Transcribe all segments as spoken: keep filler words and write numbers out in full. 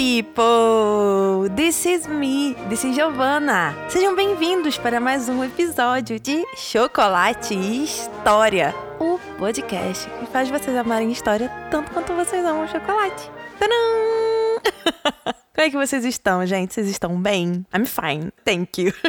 people! This is me, this is Giovanna. Sejam bem-vindos para mais um episódio de Chocolate e História, o podcast que faz vocês amarem história tanto quanto vocês amam chocolate. Tadã! Como é que vocês estão, gente? Vocês estão bem? I'm fine, thank you.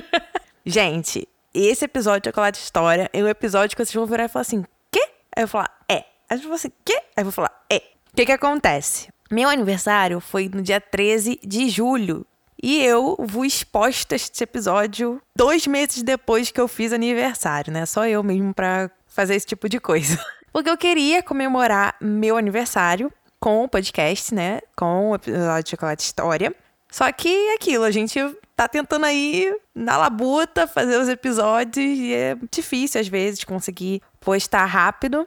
Gente, esse episódio de Chocolate e História é um episódio que vocês vão virar e falar assim, quê? Aí eu vou falar, é. Aí vocês vão assim, quê? Aí eu vou falar, é. O que que acontece? Meu aniversário foi no dia treze de julho. E eu vos posto este episódio dois meses depois que eu fiz aniversário, né? Só eu mesmo pra fazer esse tipo de coisa. Porque eu queria comemorar meu aniversário com o podcast, né? Com o episódio de Chocolate História. Só que aquilo, a gente tá tentando aí, na labuta, fazer os episódios. E é difícil, às vezes, conseguir postar rápido.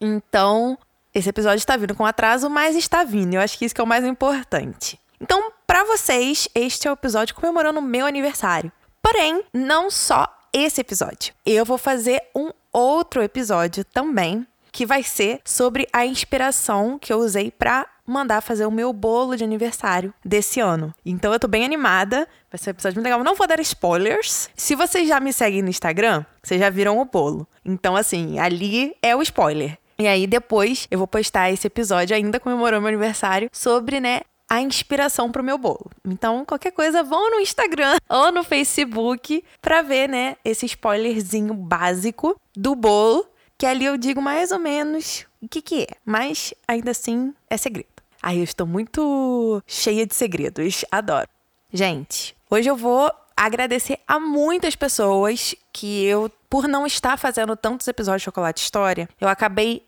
Então, esse episódio está vindo com atraso, mas está vindo. Eu acho que isso que é o mais importante. Então, pra vocês, este é o episódio comemorando o meu aniversário. Porém, não só esse episódio. Eu vou fazer um outro episódio também, que vai ser sobre a inspiração que eu usei pra mandar fazer o meu bolo de aniversário desse ano. Então, eu tô bem animada. Vai ser um episódio muito legal. Não vou dar spoilers. Se vocês já me seguem no Instagram, vocês já viram o bolo. Então, assim, ali é o spoiler. E aí, depois, eu vou postar esse episódio ainda comemorando meu aniversário sobre, né, a inspiração pro meu bolo. Então, qualquer coisa, vão no Instagram ou no Facebook pra ver, né, esse spoilerzinho básico do bolo, que ali eu digo mais ou menos o que que é. Mas, ainda assim, é segredo. Ai, eu estou muito cheia de segredos. Adoro. Gente, hoje eu vou agradecer a muitas pessoas que eu, por não estar fazendo tantos episódios de Chocolate História, eu acabei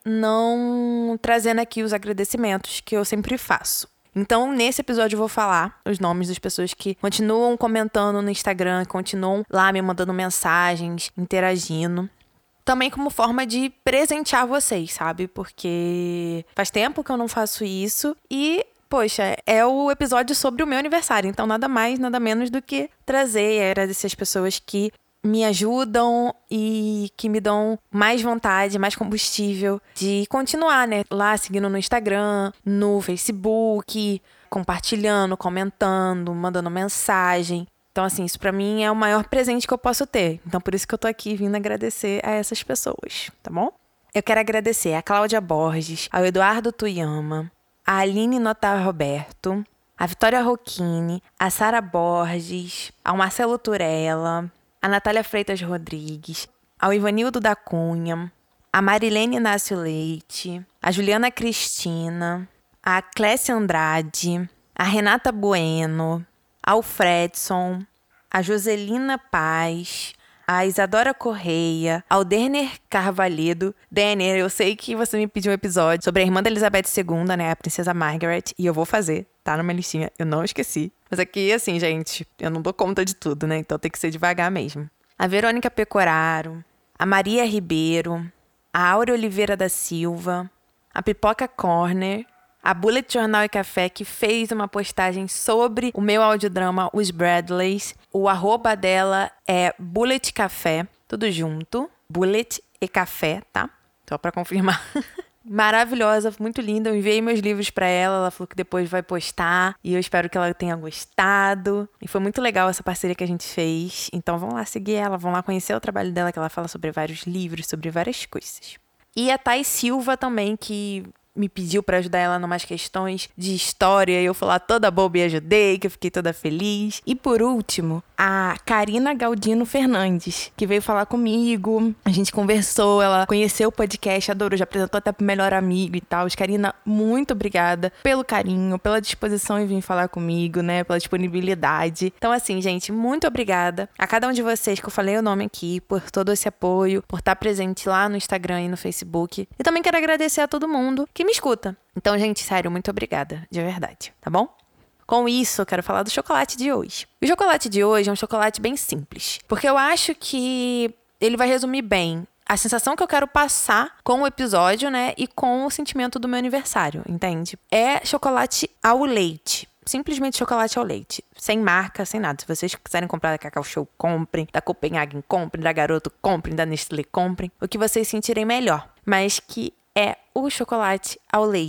não trazendo aqui os agradecimentos que eu sempre faço. Então, nesse episódio eu vou falar os nomes das pessoas que continuam comentando no Instagram, continuam lá me mandando mensagens, interagindo. Também como forma de presentear vocês, sabe? Porque faz tempo que eu não faço isso e, poxa, é o episódio sobre o meu aniversário. Então, nada mais, nada menos do que trazer e agradecer as pessoas que me ajudam e que me dão mais vontade, mais combustível de continuar, né? Lá seguindo no Instagram, no Facebook, compartilhando, comentando, mandando mensagem. Então, assim, isso pra mim é o maior presente que eu posso ter. Então, por isso que eu tô aqui vindo agradecer a essas pessoas, tá bom? Eu quero agradecer a Cláudia Borges, ao Eduardo Tuyama, a Aline Notar Roberto, a Vitória Rocchini, a Sara Borges, ao Marcelo Turella, a Natália Freitas Rodrigues, ao Ivanildo da Cunha, a Marilene Inácio Leite, a Juliana Cristina, a Clécia Andrade, a Renata Bueno, ao Fredson, a Joselina Paz, a Isadora Correia, ao Derner Carvalhedo. Denner, eu sei que você me pediu um episódio sobre a irmã da Elizabeth segunda, né, a princesa Margaret, e eu vou fazer, tá numa listinha, eu não esqueci. Mas aqui, assim, gente, eu não dou conta de tudo, né, então tem que ser devagar mesmo. A Verônica Pecoraro, a Maria Ribeiro, a Áurea Oliveira da Silva, a Pipoca Corner, a Bullet Jornal e Café, que fez uma postagem sobre o meu audiodrama Os Bradleys. O arroba dela é Bullet Café, tudo junto. Bullet e Café, tá? Só pra confirmar. Maravilhosa, muito linda. Eu enviei meus livros pra ela, ela falou que depois vai postar. E eu espero que ela tenha gostado. E foi muito legal essa parceria que a gente fez. Então vão lá seguir ela, vão lá conhecer o trabalho dela, que ela fala sobre vários livros, sobre várias coisas. E a Thay Silva também, que me pediu pra ajudar ela em umas questões de história e eu fui lá toda boba e ajudei, que eu fiquei toda feliz. E por último, a Karina Galdino Fernandes, que veio falar comigo, a gente conversou, ela conheceu o podcast, adorou, já apresentou até pro melhor amigo e tal. Karina, muito obrigada pelo carinho, pela disposição em vir falar comigo, né, pela disponibilidade. Então assim, gente, muito obrigada a cada um de vocês que eu falei o nome aqui, por todo esse apoio, por estar presente lá no Instagram e no Facebook. E também quero agradecer a todo mundo que me escuta. Então, gente, sério, muito obrigada, de verdade, tá bom? Com isso, eu quero falar do chocolate de hoje. O chocolate de hoje é um chocolate bem simples, porque eu acho que ele vai resumir bem a sensação que eu quero passar com o episódio, né, e com o sentimento do meu aniversário, entende? É chocolate ao leite. Simplesmente chocolate ao leite. Sem marca, sem nada. Se vocês quiserem comprar da Cacau Show, comprem. Da Copenhagen, comprem. Da Garoto, comprem. Da Nestlé, comprem. O que vocês sentirem melhor. Mas que é o chocolate ao leite.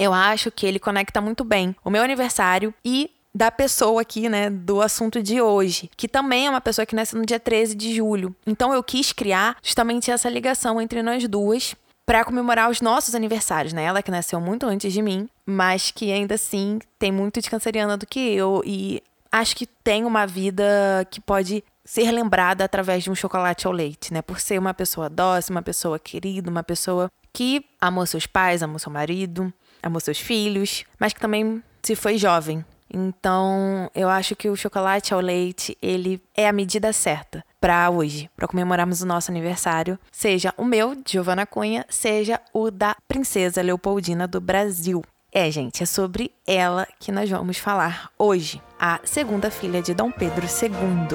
eu acho que ele conecta muito bem o meu aniversário e da pessoa aqui, né, do assunto de hoje, que também é uma pessoa que nasceu no dia treze de julho. Então eu quis criar justamente essa ligação entre nós duas para comemorar os nossos aniversários, né? Ela que nasceu muito antes de mim, mas que ainda assim tem muito de canceriana do que eu e acho que tem uma vida que pode ser lembrada através de um chocolate ao leite, né? Por ser uma pessoa dócil, uma pessoa querida, uma pessoa que amou seus pais, amou seu marido, amou seus filhos, mas que também se foi jovem. Então, eu acho que o chocolate ao leite, ele é a medida certa para hoje, para comemorarmos o nosso aniversário, seja o meu, de Giovana Cunha, seja o da princesa Leopoldina do Brasil. É, gente, é sobre ela que nós vamos falar hoje, a segunda filha de Dom Pedro segundo.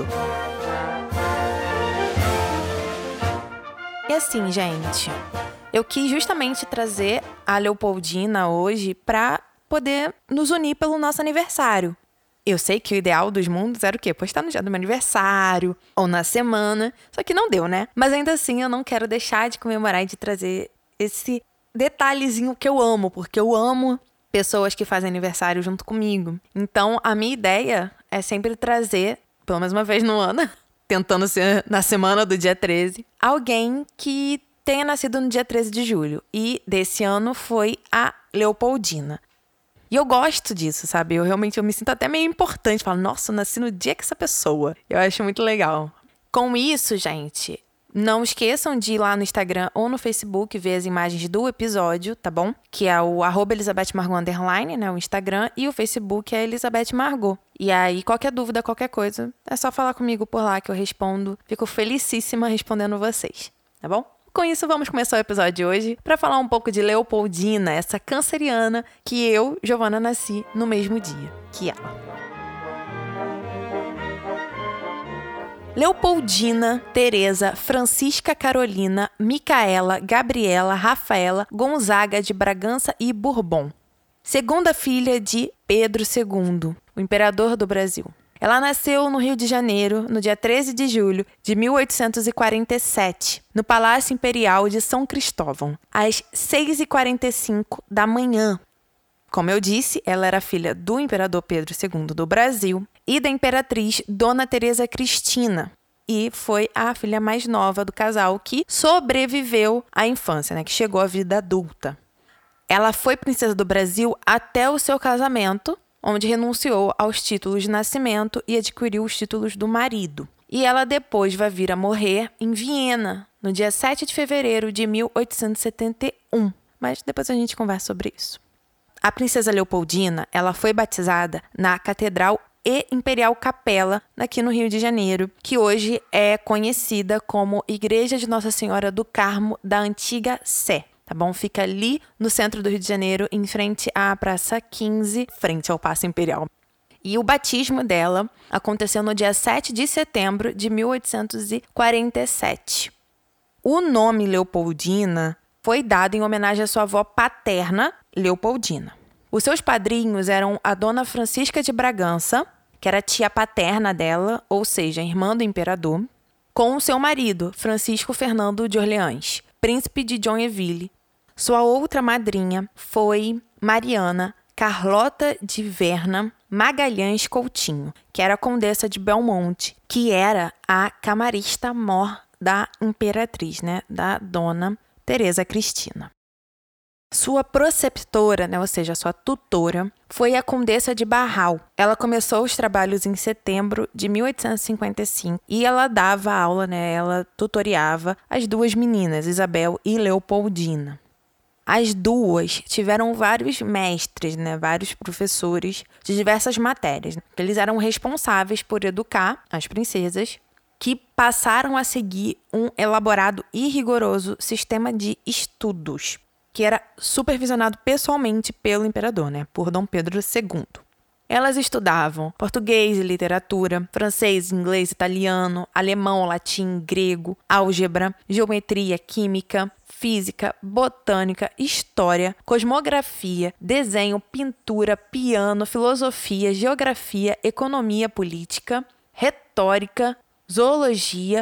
E assim, gente, eu quis justamente trazer a Leopoldina hoje para poder nos unir pelo nosso aniversário. Eu sei que o ideal dos mundos era o quê? Postar no dia do meu aniversário ou na semana, só que não deu, né? Mas ainda assim eu não quero deixar de comemorar e de trazer esse detalhezinho que eu amo, porque eu amo pessoas que fazem aniversário junto comigo. Então a minha ideia é sempre trazer, pelo menos uma vez no ano, tentando ser na semana do dia treze, alguém que tenha nascido no dia treze de julho. E desse ano foi a Leopoldina. E eu gosto disso, sabe? Eu realmente eu me sinto até meio importante. Falo, nossa, eu nasci no dia que essa pessoa. Eu acho muito legal. Com isso, gente, não esqueçam de ir lá no Instagram ou no Facebook ver as imagens do episódio, tá bom? Que é o arroba Elizabeth Margot underline, né? O Instagram. E o Facebook é Elizabeth Margot. E aí, qualquer dúvida, qualquer coisa, é só falar comigo por lá que eu respondo. Fico felicíssima respondendo vocês, tá bom? Com isso, vamos começar o episódio de hoje para falar um pouco de Leopoldina, essa canceriana que eu, Giovana, nasci no mesmo dia que ela. Leopoldina, Teresa, Francisca Carolina, Micaela, Gabriela, Rafaela, Gonzaga de Bragança e Bourbon. Segunda filha de Pedro segundo, o imperador do Brasil. Ela nasceu no Rio de Janeiro, no dia treze de julho de mil oitocentos e quarenta e sete, no Palácio Imperial de São Cristóvão, às seis e quarenta e cinco da manhã. Como eu disse, ela era filha do imperador Pedro segundo do Brasil e da imperatriz Dona Teresa Cristina, e foi a filha mais nova do casal que sobreviveu à infância, né, que chegou à vida adulta. Ela foi princesa do Brasil até o seu casamento, onde renunciou aos títulos de nascimento e adquiriu os títulos do marido. E ela depois vai vir a morrer em Viena, no dia sete de fevereiro de mil oitocentos e setenta e um. Mas depois a gente conversa sobre isso. A princesa Leopoldina, ela foi batizada na Catedral e Imperial Capela, aqui no Rio de Janeiro, que hoje é conhecida como Igreja de Nossa Senhora do Carmo da Antiga Sé. Tá bom? Fica ali no centro do Rio de Janeiro, em frente à Praça quinze, frente ao Paço Imperial. E o batismo dela aconteceu no dia sete de setembro de mil oitocentos e quarenta e sete. O nome Leopoldina foi dado em homenagem à sua avó paterna, Leopoldina. Os seus padrinhos eram a Dona Francisca de Bragança, que era tia paterna dela, ou seja, irmã do imperador, com o seu marido, Francisco Fernando de Orleans, príncipe de Joinville. Sua outra madrinha foi Mariana Carlota de Verna Magalhães Coutinho, que era a condessa de Belmonte, que era a camarista-mor da imperatriz, né, da Dona Teresa Cristina. Sua preceptora, né, ou seja, sua tutora, foi a Condessa de Barral. Ela começou os trabalhos em setembro de mil oitocentos e cinquenta e cinco e ela dava aula, né, ela tutoriava as duas meninas, Isabel e Leopoldina. As duas tiveram vários mestres, né, vários professores de diversas matérias. Eles eram responsáveis por educar as princesas, que passaram a seguir um elaborado e rigoroso sistema de estudos, que era supervisionado pessoalmente pelo imperador, né, por Dom Pedro segundo. Elas estudavam português e literatura, francês, inglês, italiano, alemão, latim, grego, álgebra, geometria, química, física, botânica, história, cosmografia, desenho, pintura, piano, filosofia, geografia, economia política, retórica, zoologia,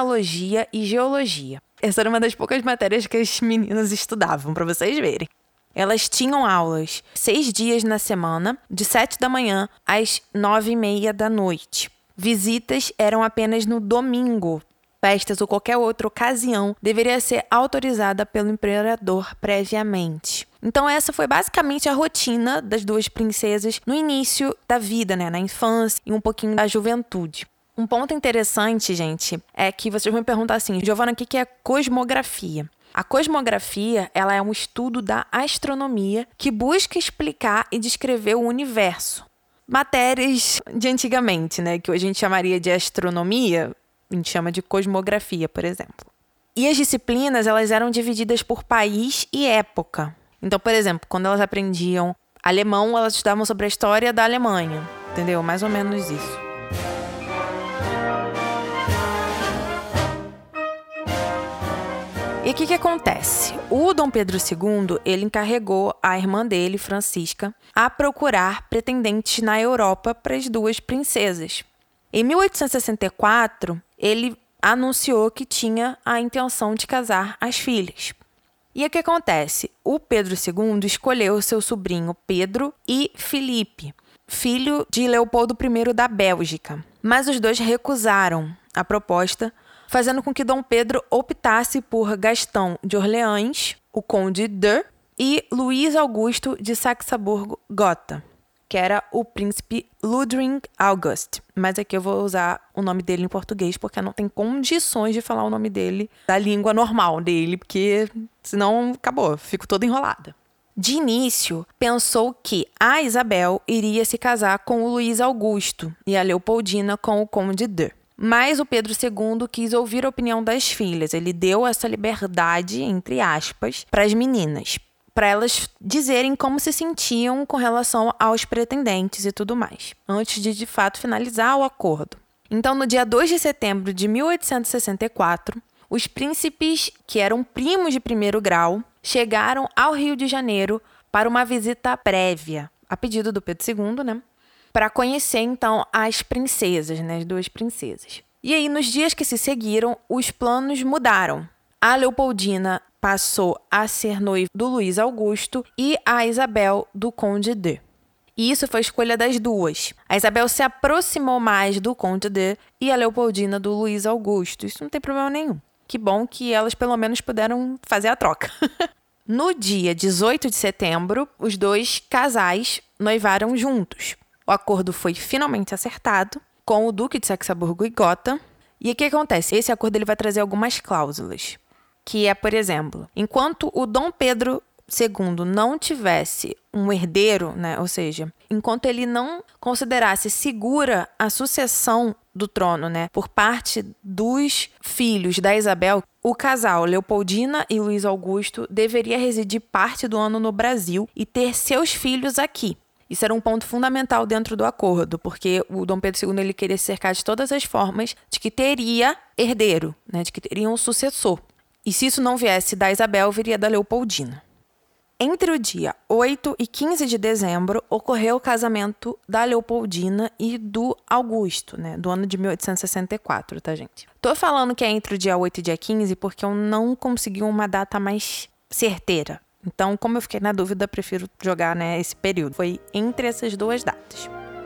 mineralogia e geologia. Essa era uma das poucas matérias que as meninas estudavam, para vocês verem. Elas tinham aulas seis dias na semana, de sete da manhã às nove e meia da noite. Visitas eram apenas no domingo. Festas ou qualquer outra ocasião deveria ser autorizada pelo imperador previamente. Então essa foi basicamente a rotina das duas princesas no início da vida, né? Na infância e um pouquinho da juventude. Um ponto interessante, gente, é que vocês vão me perguntar assim, Giovana, o que é cosmografia? A cosmografia, ela é um estudo da astronomia que busca explicar e descrever o universo. Matérias de antigamente, né? Que hoje a gente chamaria de astronomia, a gente chama de cosmografia, por exemplo. E as disciplinas, elas eram divididas por país e época. Então, por exemplo, quando elas aprendiam alemão, elas estudavam sobre a história da Alemanha. Entendeu? Mais ou menos isso. E o que que acontece? O Dom Pedro segundo, ele encarregou a irmã dele, Francisca, a procurar pretendentes na Europa para as duas princesas. Em mil oitocentos e sessenta e quatro, ele anunciou que tinha a intenção de casar as filhas. E o que acontece? O Pedro segundo escolheu seu sobrinho Pedro e Filipe, filho de Leopoldo I da Bélgica. Mas os dois recusaram a proposta, fazendo com que Dom Pedro optasse por Gastão de Orleans, o conde de, e Luís Augusto de Saxe-Coburgo-Gotha, que era o príncipe Ludwig August. Mas aqui eu vou usar o nome dele em português, porque não tem condições de falar o nome dele da língua normal dele, porque senão acabou, fico toda enrolada. De início, pensou que a Isabel iria se casar com o Luís Augusto e a Leopoldina com o conde de. Mas o Pedro segundo quis ouvir a opinião das filhas. Ele deu essa liberdade, entre aspas, para as meninas, para elas dizerem como se sentiam com relação aos pretendentes e tudo mais, antes de, de fato, finalizar o acordo. Então, no dia dois de setembro de mil oitocentos e sessenta e quatro, os príncipes, que eram primos de primeiro grau, chegaram ao Rio de Janeiro para uma visita prévia, a pedido do Pedro segundo, né? Para conhecer, então, as princesas, né? As duas princesas. E aí, nos dias que se seguiram, os planos mudaram. A Leopoldina passou a ser noiva do Luís Augusto e a Isabel do conde de. E isso foi escolha das duas. A Isabel se aproximou mais do conde de e a Leopoldina do Luís Augusto. Isso não tem problema nenhum. Que bom que elas pelo menos puderam fazer a troca. No dia dezoito de setembro, os dois casais noivaram juntos. O acordo foi finalmente acertado com o Duque de Saxe-Coburgo e Gotha. E o que acontece? Esse acordo ele vai trazer algumas cláusulas. Que é, por exemplo, enquanto o Dom Pedro segundo não tivesse um herdeiro, né? Ou seja, enquanto ele não considerasse segura a sucessão do trono, né, por parte dos filhos da Isabel, o casal Leopoldina e Luís Augusto deveria residir parte do ano no Brasil e ter seus filhos aqui. Isso era um ponto fundamental dentro do acordo, porque o Dom Pedro segundo ele queria se cercar de todas as formas de que teria herdeiro, né, de que teria um sucessor. E se isso não viesse da Isabel, viria da Leopoldina. Entre o dia oito e quinze de dezembro, ocorreu o casamento da Leopoldina e do Augusto, né? Do ano de mil oitocentos e sessenta e quatro, tá, gente? Tô falando que é entre o dia oito e dia quinze porque eu não consegui uma data mais certeira. Então, como eu fiquei na dúvida, prefiro jogar, né, esse período. Foi entre essas duas datas.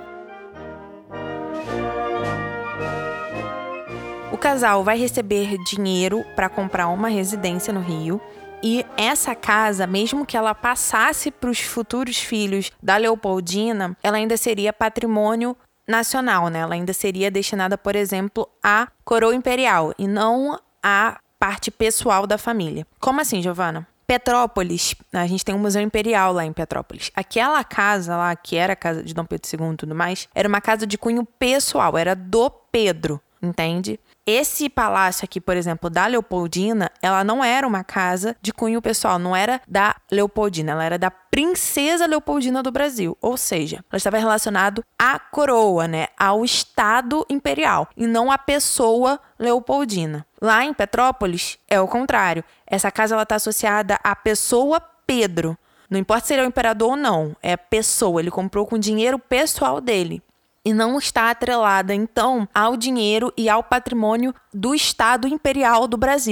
O casal vai receber dinheiro para comprar uma residência no Rio. E essa casa, mesmo que ela passasse para os futuros filhos da Leopoldina, ela ainda seria patrimônio nacional, né? Ela ainda seria destinada, por exemplo, à coroa imperial e não à parte pessoal da família. Como assim, Giovana? Petrópolis, a gente tem um museu imperial lá em Petrópolis. Aquela casa lá, que era a casa de Dom Pedro segundo e tudo mais, era uma casa de cunho pessoal, era do Pedro, entende? Esse palácio aqui, por exemplo, da Leopoldina, ela não era uma casa de cunho pessoal, não era da Leopoldina, ela era da princesa Leopoldina do Brasil. Ou seja, ela estava relacionada à coroa, né, ao Estado imperial, e não à pessoa Leopoldina. Lá em Petrópolis, é o contrário. Essa casa está associada à pessoa Pedro. Não importa se ele é o imperador ou não, é a pessoa, ele comprou com dinheiro pessoal dele. E não está atrelada, então, ao dinheiro e ao patrimônio do Estado Imperial do Brasil.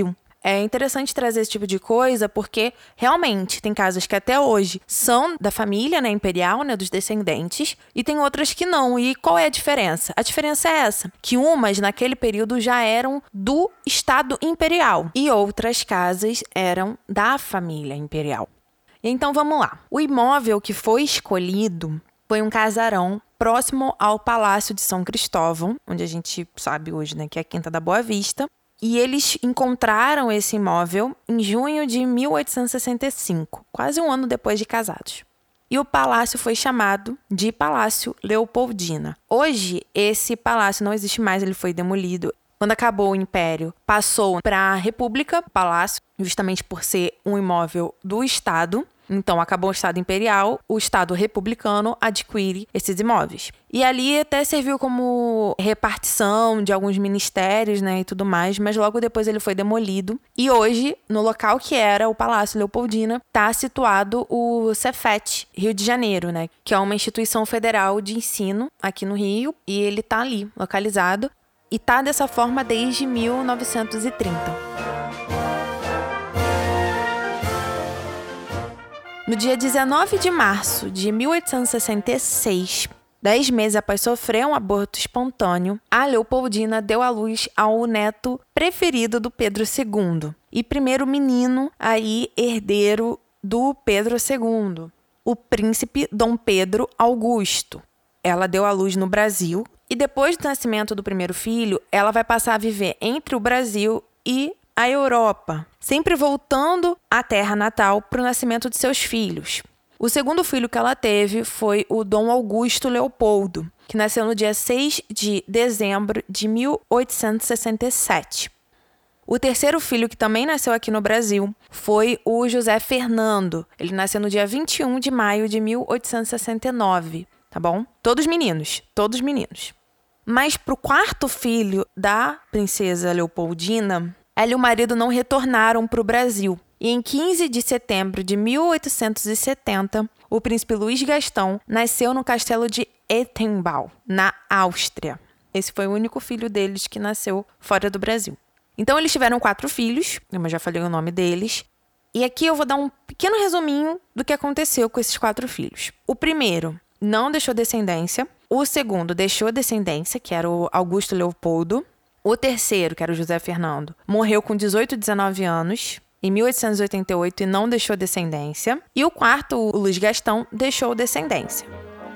É interessante trazer esse tipo de coisa porque realmente tem casas que até hoje são da família, né, imperial, né, dos descendentes, e tem outras que não. E qual é a diferença? A diferença é essa, que umas naquele período já eram do Estado imperial e outras casas eram da família imperial. Então vamos lá. O imóvel que foi escolhido foi um casarão próximo ao Palácio de São Cristóvão, onde a gente sabe hoje, né, que é a Quinta da Boa Vista. E eles encontraram esse imóvel em junho de mil oitocentos e sessenta e cinco, quase um ano depois de casados. E o palácio foi chamado de Palácio Leopoldina. Hoje, esse palácio não existe mais, ele foi demolido. Quando acabou o Império, passou para a República, o palácio, justamente por ser um imóvel do Estado. Então, acabou o Estado Imperial, o Estado Republicano adquire esses imóveis. E ali até serviu como repartição de alguns ministérios, né, e tudo mais, mas logo depois ele foi demolido. E hoje, no local que era o Palácio Leopoldina, está situado o Cefet, Rio de Janeiro, né, que é uma instituição federal de ensino aqui no Rio, e ele está ali, localizado, e está dessa forma desde mil novecentos e trinta. No dia dezenove de março de mil oitocentos e sessenta e seis, dez meses após sofrer um aborto espontâneo, a Leopoldina deu à luz ao neto preferido do Pedro segundo e primeiro menino aí herdeiro do Pedro segundo, o príncipe Dom Pedro Augusto. Ela deu à luz no Brasil e depois do nascimento do primeiro filho, ela vai passar a viver entre o Brasil e a Europa, sempre voltando à terra natal para o nascimento de seus filhos. O segundo filho que ela teve foi o Dom Augusto Leopoldo, que nasceu no dia seis de dezembro de mil oitocentos e sessenta e sete. O terceiro filho, que também nasceu aqui no Brasil, foi o José Fernando. Ele nasceu no dia vinte e um de maio de mil oitocentos e sessenta e nove, tá bom? Todos meninos, todos meninos. Mas para o quarto filho da princesa Leopoldina, ela e o marido não retornaram para o Brasil. E em quinze de setembro de mil oitocentos e setenta, o príncipe Luís Gastão nasceu no castelo de Ettenbau, na Áustria. Esse foi o único filho deles que nasceu fora do Brasil. Então, eles tiveram quatro filhos, eu já falei o nome deles. E aqui eu vou dar um pequeno resuminho do que aconteceu com esses quatro filhos. O primeiro não deixou descendência. O segundo deixou descendência, que era o Augusto Leopoldo. O terceiro, que era o José Fernando, morreu com dezoito, dezenove anos, em mil oitocentos e oitenta e oito, e não deixou descendência. E o quarto, o Luís Gastão, deixou descendência.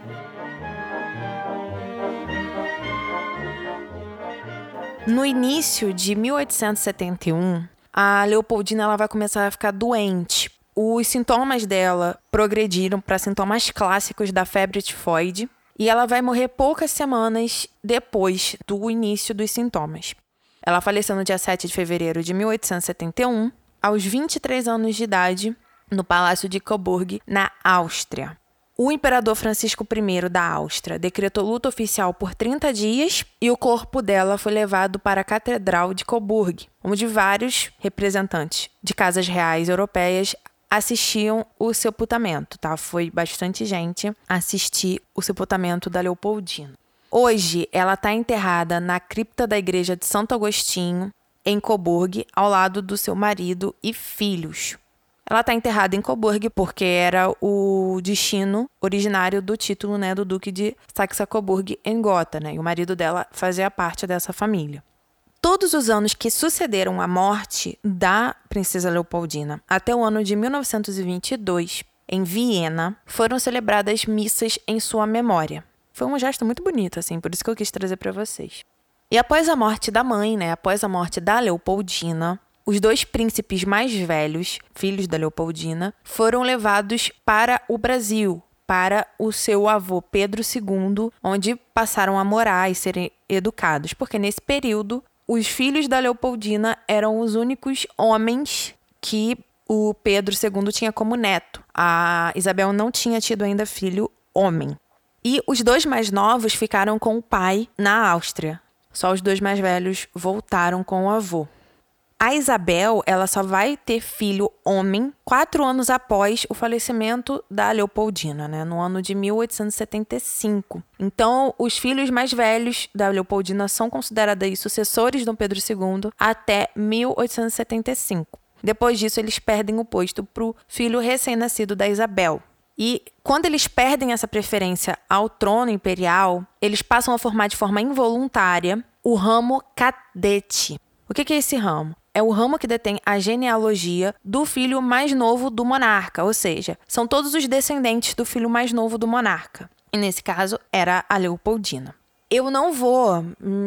No início de mil oitocentos e setenta e um, a Leopoldina ela vai começar a ficar doente. Os sintomas dela progrediram para sintomas clássicos da febre tifoide. E ela vai morrer poucas semanas depois do início dos sintomas. Ela faleceu no dia sete de fevereiro de mil oitocentos e setenta e um, aos vinte e três anos de idade, no Palácio de Coburg, na Áustria. O imperador Francisco I da Áustria decretou luto oficial por trinta dias e o corpo dela foi levado para a Catedral de Coburg, onde vários representantes de casas reais europeias assistiam o sepultamento, tá? Foi bastante gente assistir o sepultamento da Leopoldina. Hoje, ela está enterrada na cripta da igreja de Santo Agostinho, em Coburg, ao lado do seu marido e filhos. Ela está enterrada em Coburg porque era o destino originário do título, né, do Duque de Saxe-Coburg-Gotha, né? E o marido dela fazia parte dessa família. Todos os anos que sucederam a morte da princesa Leopoldina até o ano de mil novecentos e vinte e dois, em Viena, foram celebradas missas em sua memória. Foi um gesto muito bonito, assim, por isso que eu quis trazer para vocês. E após a morte da mãe, né, após a morte da Leopoldina, os dois príncipes mais velhos, filhos da Leopoldina, foram levados para o Brasil, para o seu avô Pedro segundo, onde passaram a morar e serem educados, porque nesse período os filhos da Leopoldina eram os únicos homens que o Pedro segundo tinha como neto. A Isabel não tinha tido ainda filho homem. E os dois mais novos ficaram com o pai na Áustria. Só os dois mais velhos voltaram com o avô. A Isabel, ela só vai ter filho homem quatro anos após o falecimento da Leopoldina, né? No ano de mil oitocentos e setenta e cinco. Então, os filhos mais velhos da Leopoldina são considerados aí sucessores de Dom Pedro segundo até mil oitocentos e setenta e cinco. Depois disso, eles perdem o posto para o filho recém-nascido da Isabel. E quando eles perdem essa preferência ao trono imperial, eles passam a formar de forma involuntária o ramo cadete. O que é esse ramo? É o ramo que detém a genealogia do filho mais novo do monarca, ou seja, são todos os descendentes do filho mais novo do monarca. E nesse caso, era a Leopoldina. Eu não vou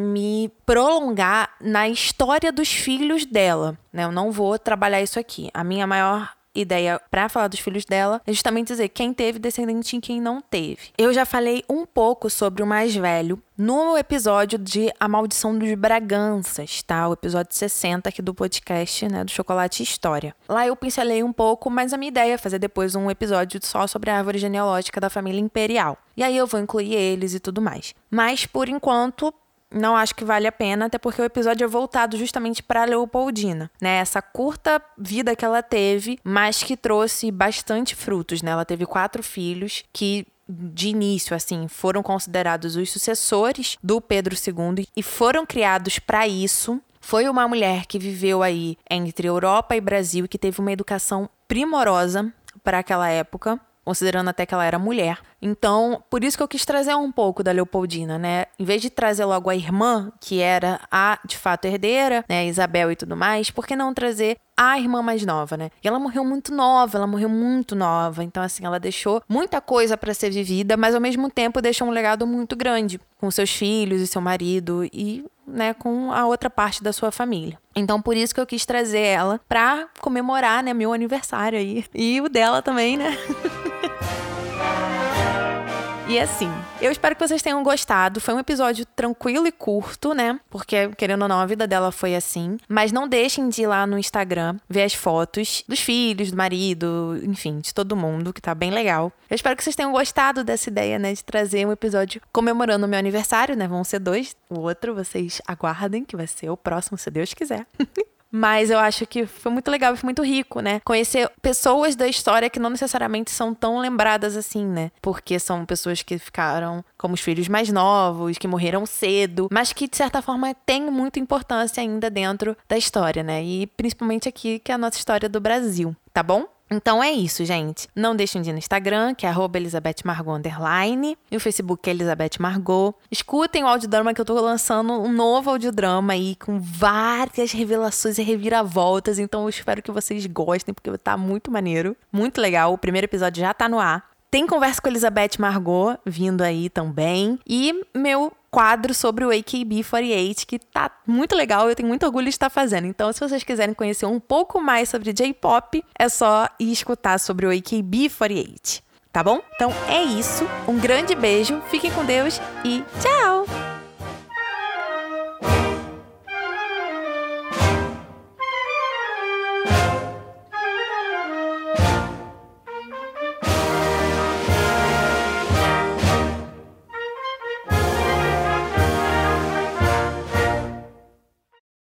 me prolongar na história dos filhos dela, né? Eu não vou trabalhar isso aqui. A minha maior ideia para falar dos filhos dela é justamente dizer quem teve descendente e quem não teve. Eu já falei um pouco sobre o mais velho no episódio de A Maldição dos Braganças, tá? O episódio sessenta aqui do podcast, né, do Chocolate História. Lá eu pincelei um pouco, mas a minha ideia é fazer depois um episódio só sobre a árvore genealógica da família imperial. E aí eu vou incluir eles e tudo mais. Mas, por enquanto, não acho que vale a pena, até porque o episódio é voltado justamente para a Leopoldina, né? Essa curta vida que ela teve, mas que trouxe bastante frutos, né? Ela teve quatro filhos que, de início, assim, foram considerados os sucessores do Pedro segundo e foram criados para isso. Foi uma mulher que viveu aí entre Europa e Brasil e que teve uma educação primorosa para aquela época, considerando até que ela era mulher. Então, por isso que eu quis trazer um pouco da Leopoldina, né? Em vez de trazer logo a irmã, que era a, de fato, herdeira, né? Isabel e tudo mais, por que não trazer a irmã mais nova, né? E ela morreu muito nova, ela morreu muito nova. Então, assim, ela deixou muita coisa para ser vivida, mas ao mesmo tempo deixou um legado muito grande com seus filhos e seu marido e, né, com a outra parte da sua família. Então, por isso que eu quis trazer ela pra comemorar, né, meu aniversário aí. E o dela também, né? E assim, eu espero que vocês tenham gostado. Foi um episódio tranquilo e curto, né? Porque, querendo ou não, a vida dela foi assim. Mas não deixem de ir lá no Instagram ver as fotos dos filhos, do marido, enfim, de todo mundo, que tá bem legal. Eu espero que vocês tenham gostado dessa ideia, né? De trazer um episódio comemorando o meu aniversário, né? Vão ser dois. O outro, vocês aguardem, que vai ser o próximo, se Deus quiser. Mas eu acho que foi muito legal e foi muito rico, né? Conhecer pessoas da história que não necessariamente são tão lembradas assim, né? Porque são pessoas que ficaram como os filhos mais novos, que morreram cedo, mas que, de certa forma, têm muita importância ainda dentro da história, né? E principalmente aqui, que é a nossa história do Brasil, tá bom? Então é isso, gente. Não deixem de ir no Instagram, que é arroba Elizabeth Margot underline, e o Facebook que é Elizabeth Margot. Escutem o audiodrama que eu tô lançando, um novo audiodrama aí, com várias revelações e reviravoltas, então eu espero que vocês gostem, porque tá muito maneiro, muito legal. O primeiro episódio já tá no ar. Tem conversa com a Elizabeth Margot vindo aí também, e meu quadro sobre o A K B quarenta e oito, que tá muito legal, eu tenho muito orgulho de estar fazendo. Então, se vocês quiserem conhecer um pouco mais sobre J-pop, é só ir escutar sobre o A K B quarenta e oito, tá bom? Então é isso, um grande beijo, fiquem com Deus e tchau!